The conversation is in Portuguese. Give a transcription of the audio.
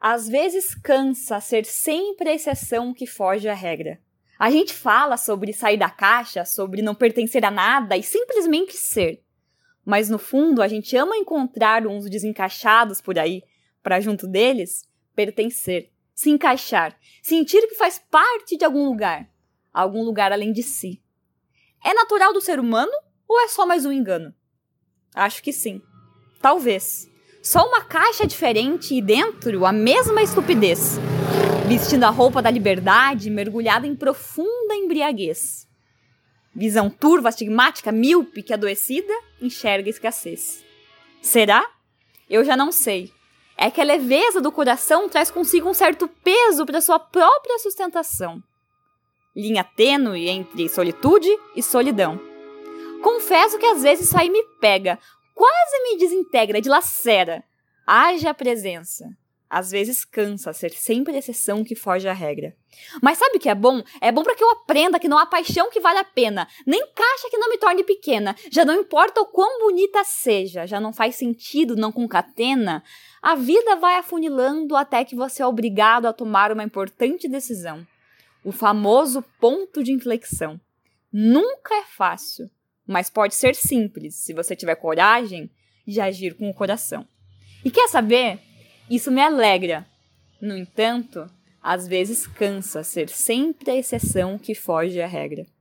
Às vezes cansa ser sempre a exceção que foge à regra. A gente fala sobre sair da caixa, sobre não pertencer a nada e simplesmente ser. Mas no fundo a gente ama encontrar uns desencaixados por aí, para junto deles, pertencer, se encaixar, sentir que faz parte de algum lugar além de si. É natural do ser humano ou é só mais um engano? Acho que sim. Talvez. Só uma caixa diferente e dentro a mesma estupidez. Vestindo a roupa da liberdade, mergulhada em profunda embriaguez. Visão turva, astigmática, míope, que adoecida, enxerga a escassez. Será? Eu já não sei. É que a leveza do coração traz consigo um certo peso para sua própria sustentação. Linha tênue entre solitude e solidão. Confesso que às vezes isso aí me pega, quase me desintegra, dilacera. Haja a presença. Às vezes cansa ser sempre a exceção que foge à regra. Mas sabe o que é bom? É bom para que eu aprenda que não há paixão que vale a pena, nem caixa que não me torne pequena. Já não importa o quão bonita seja, já não faz sentido, não concatena. A vida vai afunilando até que você é obrigado a tomar uma importante decisão. O famoso ponto de inflexão. Nunca é fácil, mas pode ser simples se você tiver coragem de agir com o coração. E quer saber? Isso me alegra. No entanto, às vezes cansa ser sempre a exceção que foge à regra.